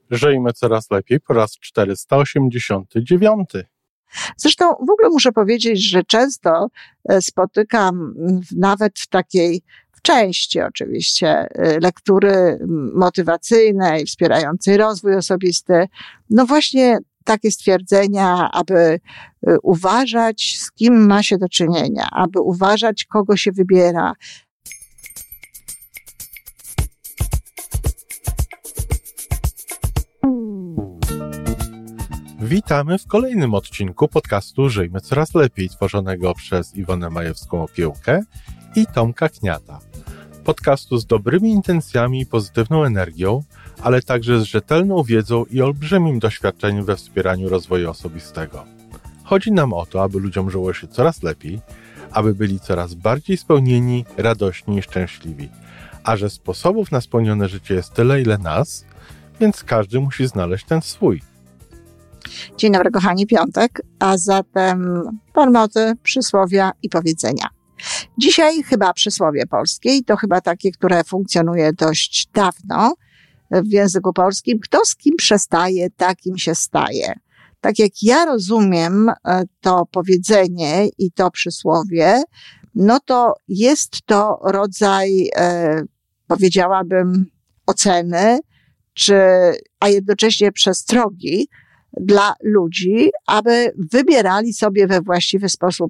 Żyjmy coraz lepiej po raz 489. Zresztą w ogóle muszę powiedzieć, że często spotykam nawet w części oczywiście lektury motywacyjnej, wspierającej rozwój osobisty, no właśnie takie stwierdzenia, aby uważać, z kim ma się do czynienia, aby uważać, kogo się wybiera. Witamy w kolejnym odcinku podcastu Żyjmy Coraz Lepiej, tworzonego przez Iwonę Majewską-Opiełkę i Tomka Kniata. Podcastu z dobrymi intencjami i pozytywną energią, ale także z rzetelną wiedzą i olbrzymim doświadczeniem we wspieraniu rozwoju osobistego. Chodzi nam o to, aby ludziom żyło się coraz lepiej, aby byli coraz bardziej spełnieni, radośni i szczęśliwi. A że sposobów na spełnione życie jest tyle, ile nas, więc każdy musi znaleźć ten swój. Dzień dobry, kochani, piątek, a zatem formoty, przysłowia i powiedzenia. Dzisiaj chyba przysłowie polskie i to chyba takie, które funkcjonuje dość dawno w języku polskim. Kto z kim przestaje, takim się staje. Tak jak ja rozumiem to powiedzenie i to przysłowie, no to jest to rodzaj, powiedziałabym, oceny, a jednocześnie przestrogi dla ludzi, aby wybierali sobie we właściwy sposób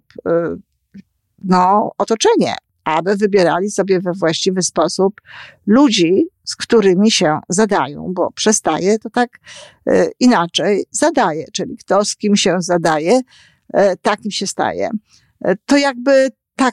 otoczenie, aby wybierali sobie we właściwy sposób ludzi, z którymi się zadają, bo przestaje to tak inaczej zadaje, czyli kto z kim się zadaje, takim się staje. To jakby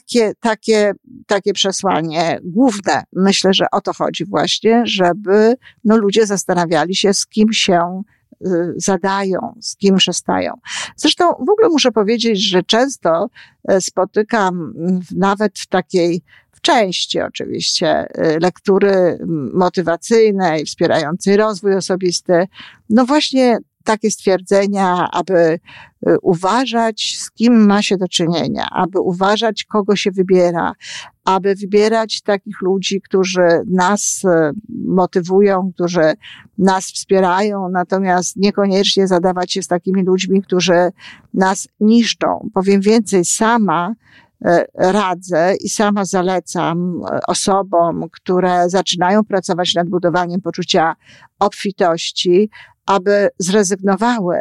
takie przesłanie główne. Myślę, że o to chodzi właśnie, żeby ludzie zastanawiali się, z kim się zadają, z kim przestają. Zresztą w ogóle muszę powiedzieć, że często spotykam nawet w części oczywiście lektury motywacyjnej, wspierającej rozwój osobisty, no właśnie takie stwierdzenia, aby uważać, z kim ma się do czynienia, aby uważać, kogo się wybiera, aby wybierać takich ludzi, którzy nas motywują, którzy nas wspierają, natomiast niekoniecznie zadawać się z takimi ludźmi, którzy nas niszczą. Powiem więcej, sama radzę i sama zalecam osobom, które zaczynają pracować nad budowaniem poczucia obfitości, aby zrezygnowały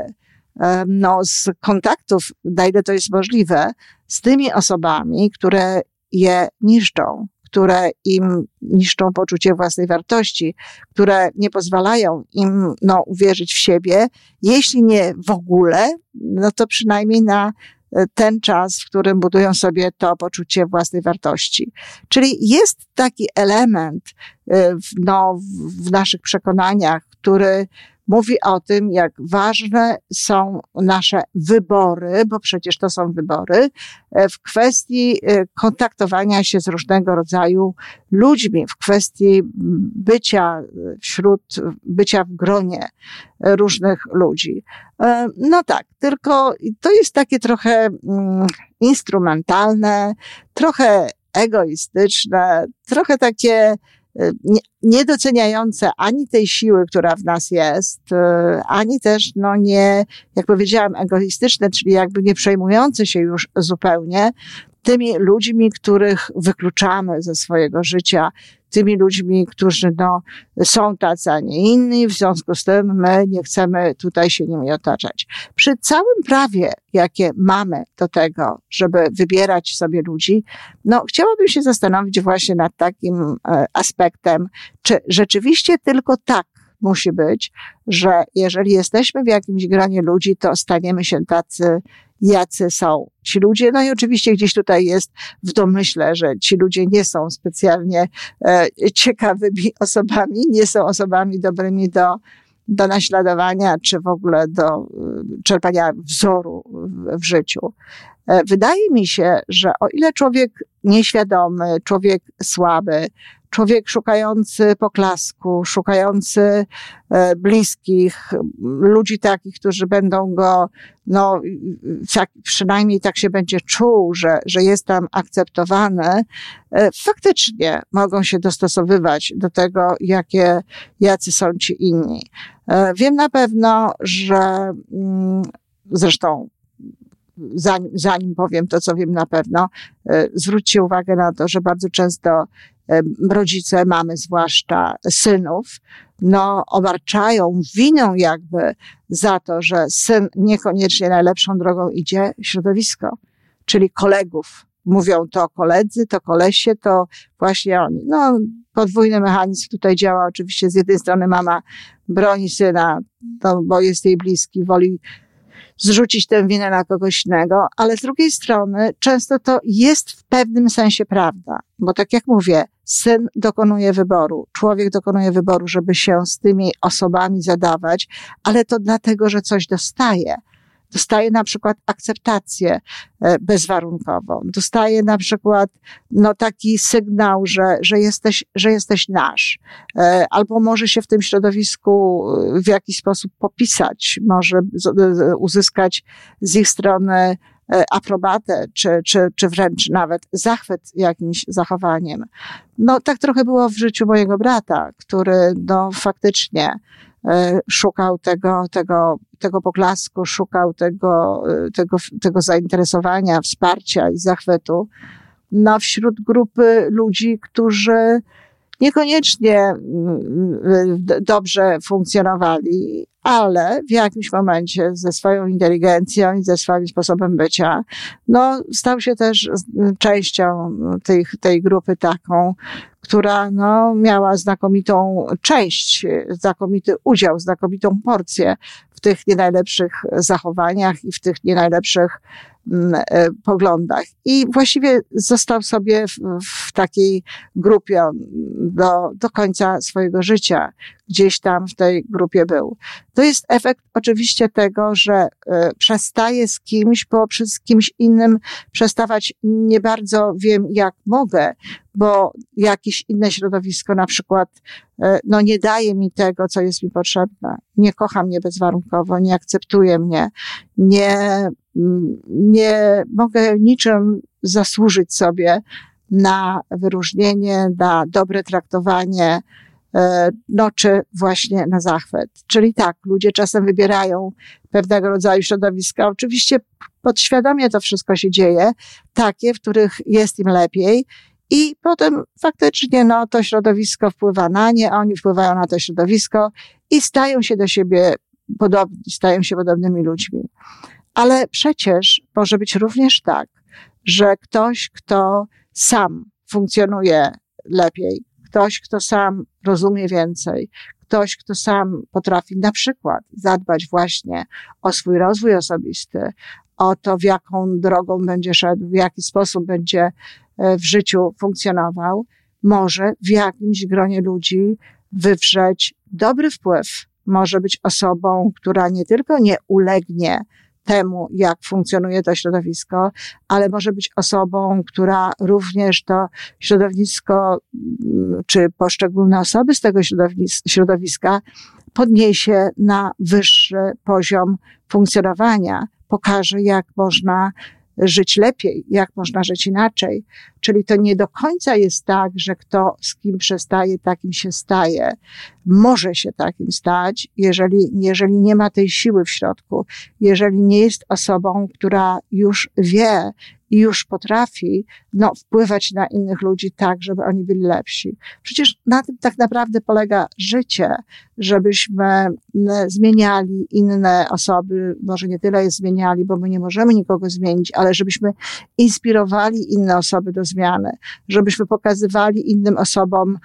z kontaktów, na ile to jest możliwe, z tymi osobami, które je niszczą, które im niszczą poczucie własnej wartości, które nie pozwalają im uwierzyć w siebie, jeśli nie w ogóle, no to przynajmniej na ten czas, w którym budują sobie to poczucie własnej wartości. Czyli jest taki element w naszych przekonaniach, który mówi o tym, jak ważne są nasze wybory, bo przecież to są wybory, w kwestii kontaktowania się z różnego rodzaju ludźmi, w kwestii bycia w gronie różnych ludzi. No tak, tylko to jest takie trochę instrumentalne, trochę egoistyczne, trochę takie niedoceniające ani tej siły, która w nas jest, ani też, nie, jak powiedziałam, egoistyczne, czyli jakby nie przejmujące się już zupełnie tymi ludźmi, których wykluczamy ze swojego życia, tymi ludźmi, którzy są tacy, a nie inni, w związku z tym my nie chcemy tutaj się nimi otaczać. Przy całym prawie, jakie mamy do tego, żeby wybierać sobie ludzi, chciałabym się zastanowić właśnie nad takim aspektem, czy rzeczywiście tylko tak musi być, że jeżeli jesteśmy w jakimś gronie ludzi, to staniemy się tacy, jacy są ci ludzie. No i oczywiście gdzieś tutaj jest w domyśle, że ci ludzie nie są specjalnie ciekawymi osobami, nie są osobami dobrymi do naśladowania, czy w ogóle do czerpania wzoru w życiu. Wydaje mi się, że o ile człowiek nieświadomy, człowiek słaby, człowiek szukający poklasku, szukający bliskich, ludzi takich, którzy będą go, przynajmniej tak się będzie czuł, że jest tam akceptowany, faktycznie mogą się dostosowywać do tego, jacy są ci inni. Wiem na pewno, że zresztą zanim powiem to, co wiem na pewno, zwróćcie uwagę na to, że bardzo często rodzice, mamy zwłaszcza synów, obarczają winą jakby za to, że syn niekoniecznie najlepszą drogą idzie, środowisko, czyli kolegów. Mówią to koledzy, to kolesie, to właśnie oni. Podwójny mechanizm tutaj działa. Oczywiście z jednej strony mama broni syna, bo jest jej bliski, woli zrzucić tę winę na kogoś innego, ale z drugiej strony często to jest w pewnym sensie prawda, bo tak jak mówię, syn dokonuje wyboru, człowiek dokonuje wyboru, żeby się z tymi osobami zadawać, ale to dlatego, że coś dostaje. Dostaje na przykład akceptację bezwarunkową. Dostaje na przykład taki sygnał, że jesteś nasz. Albo może się w tym środowisku w jakiś sposób popisać, może uzyskać z ich strony aprobatę, czy wręcz nawet zachwyt jakimś zachowaniem. Tak trochę było w życiu mojego brata, który faktycznie szukał tego poklasku, szukał tego zainteresowania, wsparcia i zachwytu, wśród grupy ludzi, którzy niekoniecznie dobrze funkcjonowali, ale w jakimś momencie ze swoją inteligencją i ze swoim sposobem bycia, stał się też częścią tej grupy taką, która miała znakomitą część, znakomity udział, znakomitą porcję w tych nie najlepszych zachowaniach i w tych nie najlepszych poglądach. I właściwie został sobie w takiej grupie do końca swojego życia. Gdzieś tam w tej grupie był. To jest efekt oczywiście tego, że przestaje z kimś, bo z kimś innym przestawać nie bardzo wiem, jak mogę, bo jakieś inne środowisko na przykład nie daje mi tego, co jest mi potrzebne. Nie kocha mnie bezwarunkowo, nie akceptuje mnie, nie mogę niczym zasłużyć sobie na wyróżnienie, na dobre traktowanie, czy właśnie na zachwyt. Czyli tak, ludzie czasem wybierają pewnego rodzaju środowiska. Oczywiście podświadomie to wszystko się dzieje, takie, w których jest im lepiej i potem faktycznie to środowisko wpływa na nie, oni wpływają na to środowisko i stają się do siebie podobni, stają się podobnymi ludźmi. Ale przecież może być również tak, że ktoś, kto sam funkcjonuje lepiej, ktoś, kto sam rozumie więcej, ktoś, kto sam potrafi na przykład zadbać właśnie o swój rozwój osobisty, o to, w jaką drogą będzie szedł, w jaki sposób będzie w życiu funkcjonował, może w jakimś gronie ludzi wywrzeć dobry wpływ. Może być osobą, która nie tylko nie ulegnie temu, jak funkcjonuje to środowisko, ale może być osobą, która również to środowisko, czy poszczególne osoby z tego środowiska podniesie na wyższy poziom funkcjonowania, pokaże, jak można żyć lepiej, jak można żyć inaczej. Czyli to nie do końca jest tak, że kto z kim przestaje, takim się staje. Może się takim stać, jeżeli nie ma tej siły w środku, jeżeli nie jest osobą, która już wie i już potrafi wpływać na innych ludzi tak, żeby oni byli lepsi. Przecież na tym tak naprawdę polega życie, żebyśmy zmieniali inne osoby, może nie tyle je zmieniali, bo my nie możemy nikogo zmienić, ale żebyśmy inspirowali inne osoby do zmiany, żebyśmy pokazywali innym osobom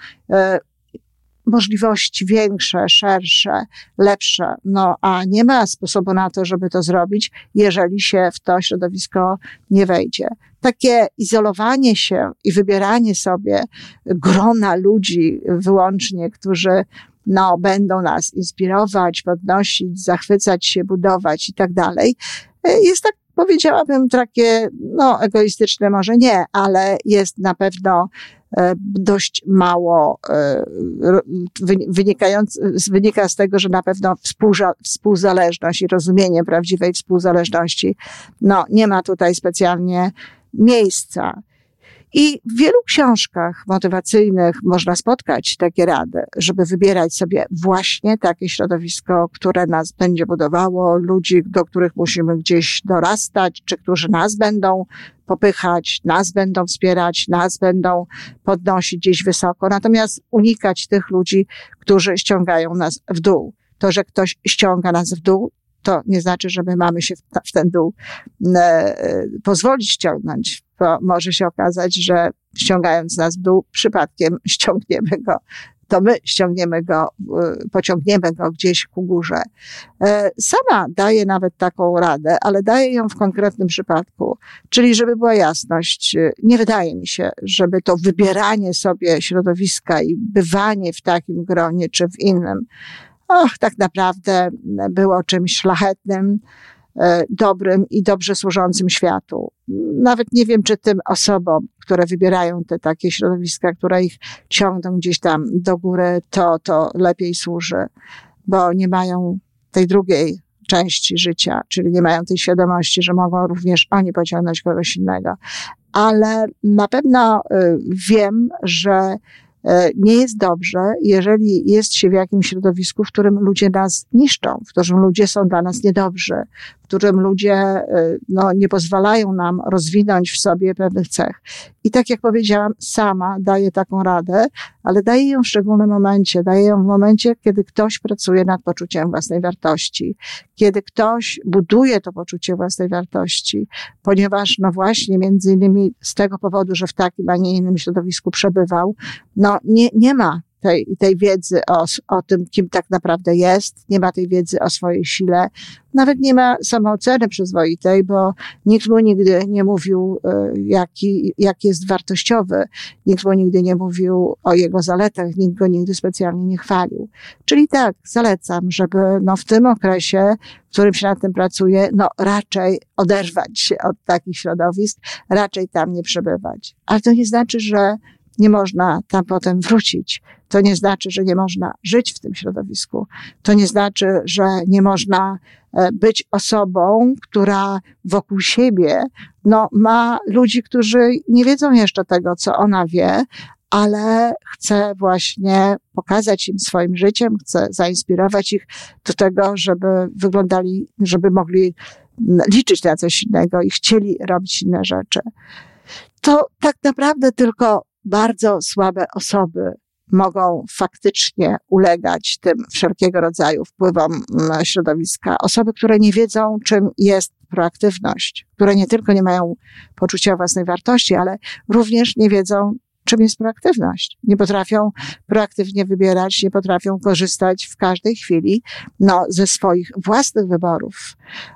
możliwości większe, szersze, lepsze. A nie ma sposobu na to, żeby to zrobić, jeżeli się w to środowisko nie wejdzie. Takie izolowanie się i wybieranie sobie grona ludzi wyłącznie, którzy będą nas inspirować, podnosić, zachwycać się, budować i tak dalej, jest tak, powiedziałabym, takie, egoistyczne może nie, ale jest na pewno dość mało wynika z tego, że na pewno współzależność i rozumienie prawdziwej współzależności, nie ma tutaj specjalnie miejsca. I w wielu książkach motywacyjnych można spotkać takie rady, żeby wybierać sobie właśnie takie środowisko, które nas będzie budowało, ludzi, do których musimy gdzieś dorastać, czy którzy nas będą popychać, nas będą wspierać, nas będą podnosić gdzieś wysoko. Natomiast unikać tych ludzi, którzy ściągają nas w dół. To, że ktoś ściąga nas w dół, to nie znaczy, że my mamy się w ten dół pozwolić ściągnąć, bo może się okazać, że ściągając nas w dół, przypadkiem ściągniemy go, to my ściągniemy go, pociągniemy go gdzieś ku górze. Sama daję nawet taką radę, ale daję ją w konkretnym przypadku. Czyli żeby była jasność, nie wydaje mi się, żeby to wybieranie sobie środowiska i bywanie w takim gronie czy w innym, tak naprawdę było czymś szlachetnym, dobrym i dobrze służącym światu. Nawet nie wiem, czy tym osobom, które wybierają te takie środowiska, które ich ciągną gdzieś tam do góry, to lepiej służy, bo nie mają tej drugiej części życia, czyli nie mają tej świadomości, że mogą również oni pociągnąć kogoś innego. Ale na pewno wiem, że nie jest dobrze, jeżeli jest się w jakimś środowisku, w którym ludzie nas niszczą, w którym ludzie są dla nas niedobrzy, w którym ludzie nie pozwalają nam rozwinąć w sobie pewnych cech. I tak jak powiedziałam, sama daję taką radę, ale daję ją w szczególnym momencie. Daję ją w momencie, kiedy ktoś pracuje nad poczuciem własnej wartości, kiedy ktoś buduje to poczucie własnej wartości, ponieważ właśnie między innymi z tego powodu, że w takim, a nie innym środowisku przebywał, nie ma tej wiedzy o tym, kim tak naprawdę jest, nie ma tej wiedzy o swojej sile, nawet nie ma samooceny przyzwoitej, bo nikt mu nigdy nie mówił, jaki jest wartościowy, nikt mu nigdy nie mówił o jego zaletach, nikt go nigdy specjalnie nie chwalił. Czyli tak, zalecam, żeby w tym okresie, w którym się nad tym pracuje, raczej oderwać się od takich środowisk, raczej tam nie przebywać. Ale to nie znaczy, że nie można tam potem wrócić. To nie znaczy, że nie można żyć w tym środowisku. To nie znaczy, że nie można być osobą, która wokół siebie ma ludzi, którzy nie wiedzą jeszcze tego, co ona wie, ale chce właśnie pokazać im swoim życiem, chce zainspirować ich do tego, żeby wyglądali, żeby mogli liczyć na coś innego i chcieli robić inne rzeczy. To tak naprawdę tylko bardzo słabe osoby mogą faktycznie ulegać tym wszelkiego rodzaju wpływom środowiska. Osoby, które nie wiedzą, czym jest proaktywność, które nie tylko nie mają poczucia własnej wartości, ale również nie wiedzą, czym jest proaktywność. Nie potrafią proaktywnie wybierać, nie potrafią korzystać w każdej chwili ze swoich własnych wyborów.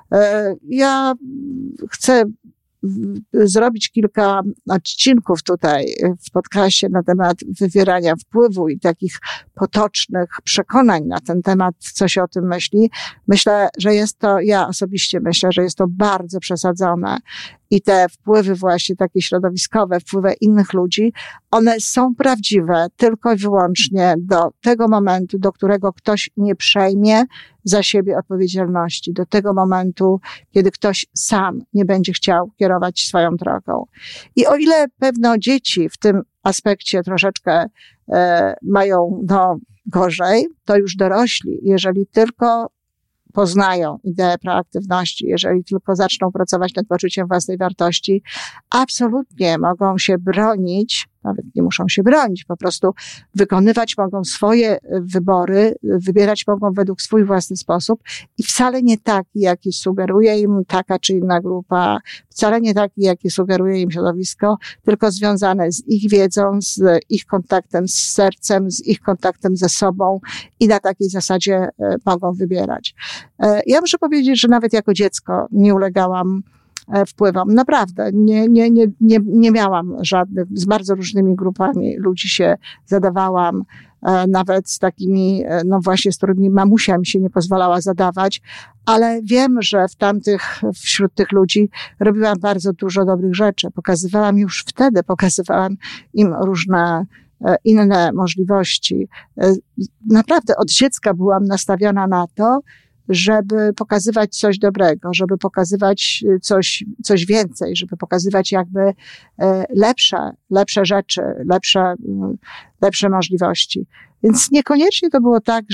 Ja chcę zrobić kilka odcinków tutaj w podcaście na temat wywierania wpływu i takich potocznych przekonań na ten temat, co się o tym myśli. Myślę, że ja osobiście myślę, że jest to bardzo przesadzone i te wpływy właśnie takie środowiskowe, wpływy innych ludzi, one są prawdziwe tylko i wyłącznie do tego momentu, do którego ktoś nie przejmie za siebie odpowiedzialności, do tego momentu, kiedy ktoś sam nie będzie chciał kierować swoją drogą. I o ile pewno dzieci w tym aspekcie troszeczkę mają gorzej, to już dorośli, jeżeli tylko poznają ideę proaktywności, jeżeli tylko zaczną pracować nad poczuciem własnej wartości, absolutnie mogą się bronić, nawet nie muszą się bronić, po prostu wykonywać mogą swoje wybory, wybierać mogą według swój własny sposób i wcale nie taki, jaki sugeruje im taka czy inna grupa, wcale nie taki, jaki sugeruje im środowisko, tylko związane z ich wiedzą, z ich kontaktem z sercem, z ich kontaktem ze sobą i na takiej zasadzie mogą wybierać. Ja muszę powiedzieć, że nawet jako dziecko nie ulegałam wpływom. Naprawdę, nie miałam żadnych, z bardzo różnymi grupami ludzi się zadawałam, nawet z takimi, no właśnie, z którymi mamusia mi się nie pozwalała zadawać, ale wiem, że wśród tych ludzi robiłam bardzo dużo dobrych rzeczy. Pokazywałam im różne inne możliwości. Naprawdę od dziecka byłam nastawiona na to, żeby pokazywać coś dobrego, żeby pokazywać coś więcej, żeby pokazywać jakby lepsze rzeczy, lepsze możliwości. Więc niekoniecznie to było tak,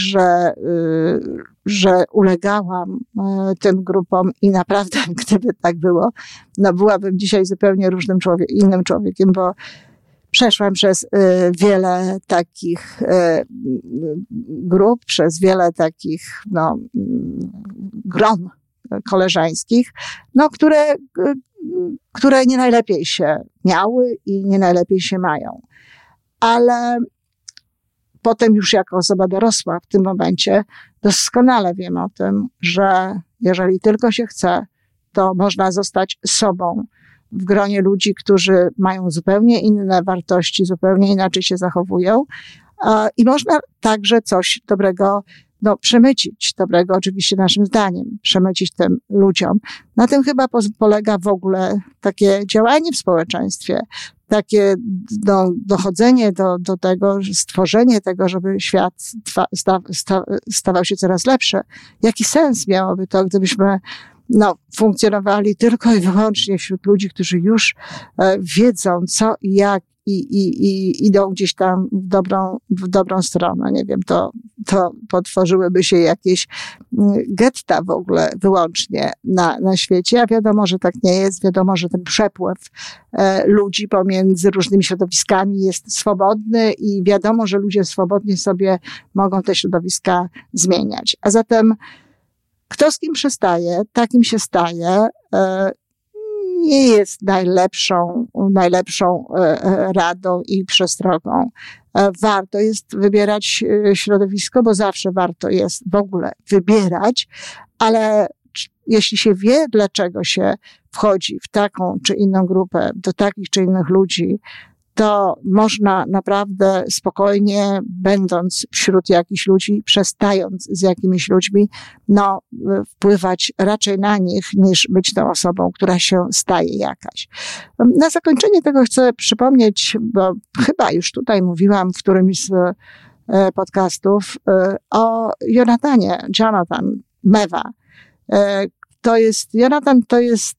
że ulegałam tym grupom i naprawdę, gdyby tak było, no byłabym dzisiaj zupełnie innym człowiekiem, bo przeszłam przez wiele takich grup, przez wiele takich gron koleżeńskich, które nie najlepiej się miały i nie najlepiej się mają. Ale potem już jako osoba dorosła w tym momencie doskonale wiem o tym, że jeżeli tylko się chce, to można zostać sobą w gronie ludzi, którzy mają zupełnie inne wartości, zupełnie inaczej się zachowują i można także coś dobrego przemycić, dobrego oczywiście naszym zdaniem, przemycić tym ludziom. Na tym chyba polega w ogóle takie działanie w społeczeństwie, takie dochodzenie do tego, stworzenie tego, żeby świat stawał się coraz lepszy. Jaki sens miałoby to, gdybyśmy funkcjonowali tylko i wyłącznie wśród ludzi, którzy już wiedzą co i jak i idą gdzieś tam w dobrą stronę. Nie wiem, to potworzyłyby się jakieś getta w ogóle wyłącznie na świecie, a wiadomo, że tak nie jest. Wiadomo, że ten przepływ ludzi pomiędzy różnymi środowiskami jest swobodny i wiadomo, że ludzie swobodnie sobie mogą te środowiska zmieniać. A zatem kto z kim przystaje, takim się staje, nie jest najlepszą radą i przestrogą. Warto jest wybierać środowisko, bo zawsze warto jest w ogóle wybierać, ale jeśli się wie, dlaczego się wchodzi w taką czy inną grupę, do takich czy innych ludzi, to można naprawdę spokojnie, będąc wśród jakichś ludzi, przestając z jakimiś ludźmi, wpływać raczej na nich, niż być tą osobą, która się staje jakaś. Na zakończenie tego chcę przypomnieć, bo chyba już tutaj mówiłam w którymś z podcastów o Jonathan Mewa. Jonathan to jest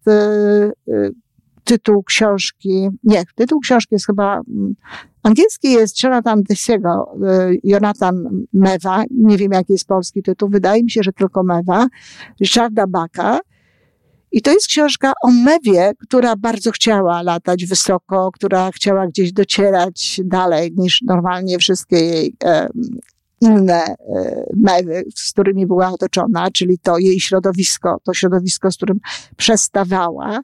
tytuł książki jest chyba, angielski jest Jonathan Dessiego, Jonathan Mewa, nie wiem jaki jest polski tytuł, wydaje mi się, że tylko Mewa, Richarda Backa. I to jest książka o mewie, która bardzo chciała latać wysoko, która chciała gdzieś docierać dalej niż normalnie wszystkie jej inne mewy, z którymi była otoczona, czyli to jej środowisko, z którym przestawała.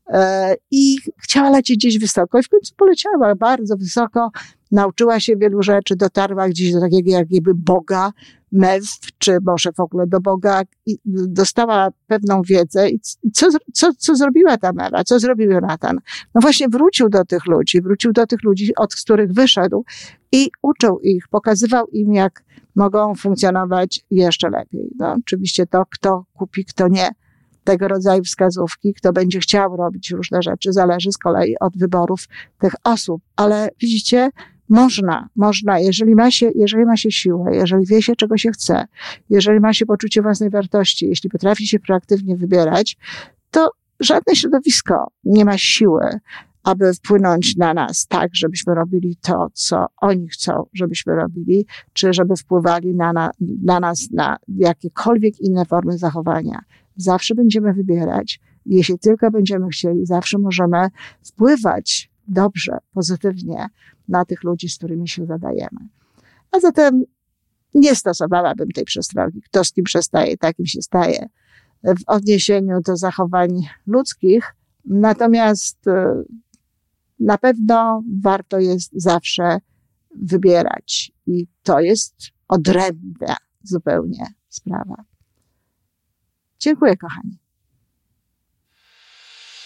I chciała lecieć gdzieś wysoko i w końcu poleciała bardzo wysoko, nauczyła się wielu rzeczy, dotarła gdzieś do takiego jakby Boga, mew, czy może w ogóle do Boga i dostała pewną wiedzę. I co zrobiła ta mewa? Co zrobił Jonathan? No właśnie wrócił do tych ludzi, od których wyszedł i uczył ich, pokazywał im, jak mogą funkcjonować jeszcze lepiej. Oczywiście to, kto kupi, kto nie, tego rodzaju wskazówki, kto będzie chciał robić różne rzeczy, zależy z kolei od wyborów tych osób. Ale widzicie, można, jeżeli ma się siłę, jeżeli wie się, czego się chce, jeżeli ma się poczucie własnej wartości, jeśli potrafi się proaktywnie wybierać, to żadne środowisko nie ma siły, aby wpłynąć na nas tak, żebyśmy robili to, co oni chcą, żebyśmy robili, czy żeby wpływali na nas na jakiekolwiek inne formy zachowania. Zawsze będziemy wybierać. Jeśli tylko będziemy chcieli, zawsze możemy wpływać dobrze, pozytywnie na tych ludzi, z którymi się zadajemy. A zatem nie stosowałabym tej przestrogi. Kto z kim przestaje, takim się staje w odniesieniu do zachowań ludzkich. Natomiast na pewno warto jest zawsze wybierać. I to jest odrębna zupełnie sprawa. Dziękuję, kochani.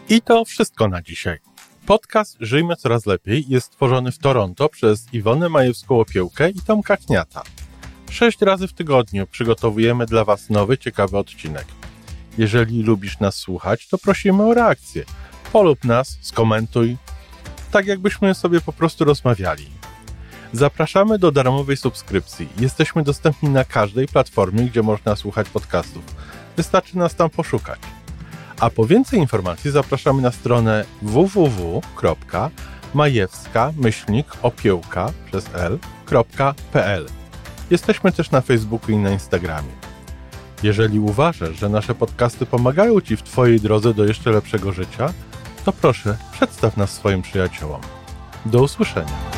I to wszystko na dzisiaj. Podcast Żyjmy Coraz Lepiej jest stworzony w Toronto przez Iwonę Majewską-Opiełkę i Tomka Kniata. 6 razy w tygodniu przygotowujemy dla Was nowy, ciekawy odcinek. Jeżeli lubisz nas słuchać, to prosimy o reakcję. Polub nas, skomentuj, tak jakbyśmy sobie po prostu rozmawiali. Zapraszamy do darmowej subskrypcji. Jesteśmy dostępni na każdej platformie, gdzie można słuchać podcastów. Wystarczy nas tam poszukać. A po więcej informacji zapraszamy na stronę www.majewska-opiełka.pl. Jesteśmy też na Facebooku i na Instagramie. Jeżeli uważasz, że nasze podcasty pomagają Ci w Twojej drodze do jeszcze lepszego życia, to proszę, przedstaw nas swoim przyjaciołom. Do usłyszenia.